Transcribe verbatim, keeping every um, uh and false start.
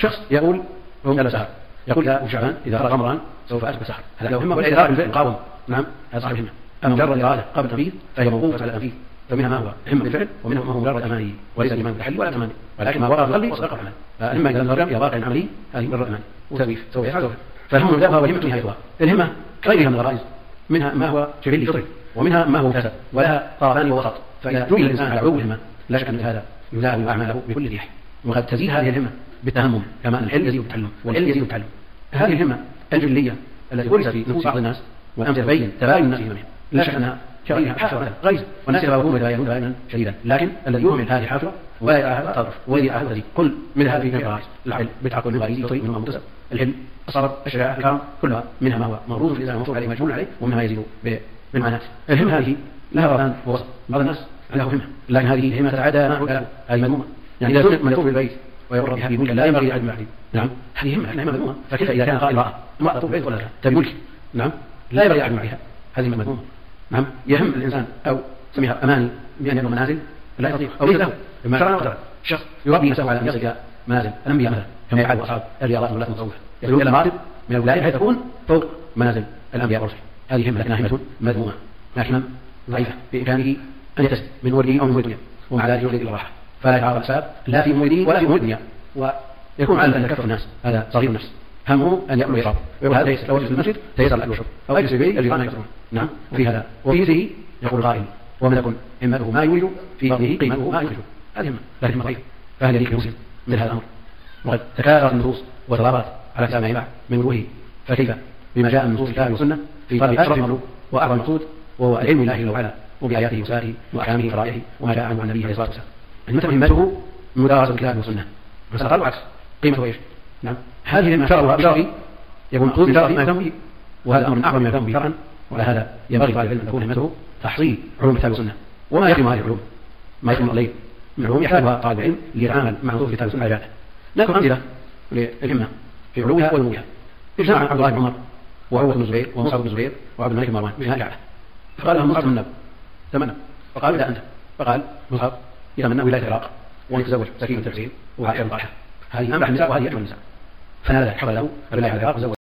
شخص يقول هو جل سهر يقول لا شعبان إذا أراد رمضان سوف أسبق سهر، هذا له همة، والإرادة بالفعل قاوم، نعم هذا صاحب همة. أما مجرد الإرادة قبل التنفيذ فهي موقوفة على التنفيذ، فمنها ما هو همة بالفعل ومنها ما هو مجرد أماني وليس الإيمان بالتحلي ولا تمني، ولكن ما وقع في قلبي وصدق العمل. فالهمة إذا نظرنا إلى واقع عملي هذه مجرد أماني وتسويف سوف يفعل. فالهم ذاتها والهمة نهايتها. الهمة غيرها من الغرائز، منها ما هو جبلي فطري ومنها ما هو كسب، ولها طرفان ووسط. فإذا جبل الإنسان على علو الهمة لا شك أن هذا يزاول أعماله بكل ريح، وقد تزيد هذه الهمة بالتهمم كما أن العلم يزيد بالتعلم والعلم يزيد بالتعلم. هذه الهمة الجلية التي ورثت في نفوس بعض الناس والأمثلة تبين تباين الناس هممهم، لا شك أنها كغيرها حافرة غيظ، والناس يتباينون يتباينون تباينا شديدا، لكن الذي يهمل هذه حافرة ولا يراها تطرف ولا يراها تزيد. كل من هذه الغرائز العلم بالتعقل من غريزي يطري منها مكتسب، العلم الصبر الشجاعة الكرم كلها منها ما هو موروث في الإنسان ومفروض عليه مجبول عليه، ومنها ما يزيد بالمعنات. الهمة هذه لها رهان ووسط، بعض الناس عنده همة لكن هذه الهمة تتعدى ما هو له، هذه مذمومة. يعني إذا من يطوف بالبيت ويمر بها بملك لا ينبغي لأحد معه، نعم هذه همة همة مذمومة. فكيف إذا كان قائل امرأة امرأة تطوف بالبيت ولا تبي ملك، نعم لا ينبغي لأحد معها، هذه مذمومة. نعم يهم الإنسان أو سميها أماني بأن يبنوا منازل لا يستطيع أو ليس له، بما شرعنا وقدرنا. شخص يربي نفسه على أن يصل إلى منازل الأنبياء مثلا كما يفعل أصحاب الرياضات والولاة المتصوفة، يصلون إلى مراتب من الولاية حيث تكون فوق منازل الأنبياء والرسل. هذه همة لكنها همة مذمومة، لكنها ضعيفة بإمكانه أن يكتسب من أمور دينه أو من أمور الدنيا، ومع ذلك يريد إلى الراحة فلا يتعرض الأسباب لا في أمور دينه ولا في أمور الدنيا، ويكون على أن يكفر الناس. هذا صغير النفس همه أن يأكل ويشرب، ويقول هذا لو وجد في المسجد تيسر الأكل والشرب، أو أجلس به الجيران يكثرون. نعم وفي هذا وفي ذي يقول قائل ومن يكن همته ما يولد في بطنه قيمته ما يخرجه، هذه همة لكن ضعيفة. فهل يليق بمسلم مثل هذا الأمر؟ وقد تكاثرت النصوص وتضاربت على كلام العباد من وجوهه، فكيف بما جاء من نصوص الكتاب والسنة في طلب أشرف المطلوب وأعظم المقصود وهو العلم بالله جل وعلا وبآياته وسائره وأحكامه وشرائعه وما جاء عنه عن النبي عليه الصلاة والسلام. المتى همته مدارسة الكتاب والسنة، فسأل العكس قيمته إيش؟ نعم هذه ما شرعها بشرعه يكون مقصود بشرعه ما يهتم به، وهذا أمر من أعظم ما يهتم به شرعا، وعلى هذا ينبغي طالب العلم أن تكون همته تحصيل علوم الكتاب والسنة وما يخدم هذه العلوم، ما يخدم الليل من علوم يحتاجها طالب العلم ليتعامل مع نصوص الكتاب والسنة على ذلك. نذكر أمثلة للهمة في علومها ونموها. اجتمع عبد الله بن عمر وعروة بن الزبير ومصعب بن الزبير وعبد الملك بن مروان بناء الكعبة، فقال لهم مصعب بن النبي تمنى، فقال لا أنت، فقال مصعب يتمنى ولاية العراق وأن يتزوج سكينة التفسير وعائشة بن طلحة، هذه أنبح النساء وهذه أجمل النساء، فنال ذلك حصل له الولاية على العراق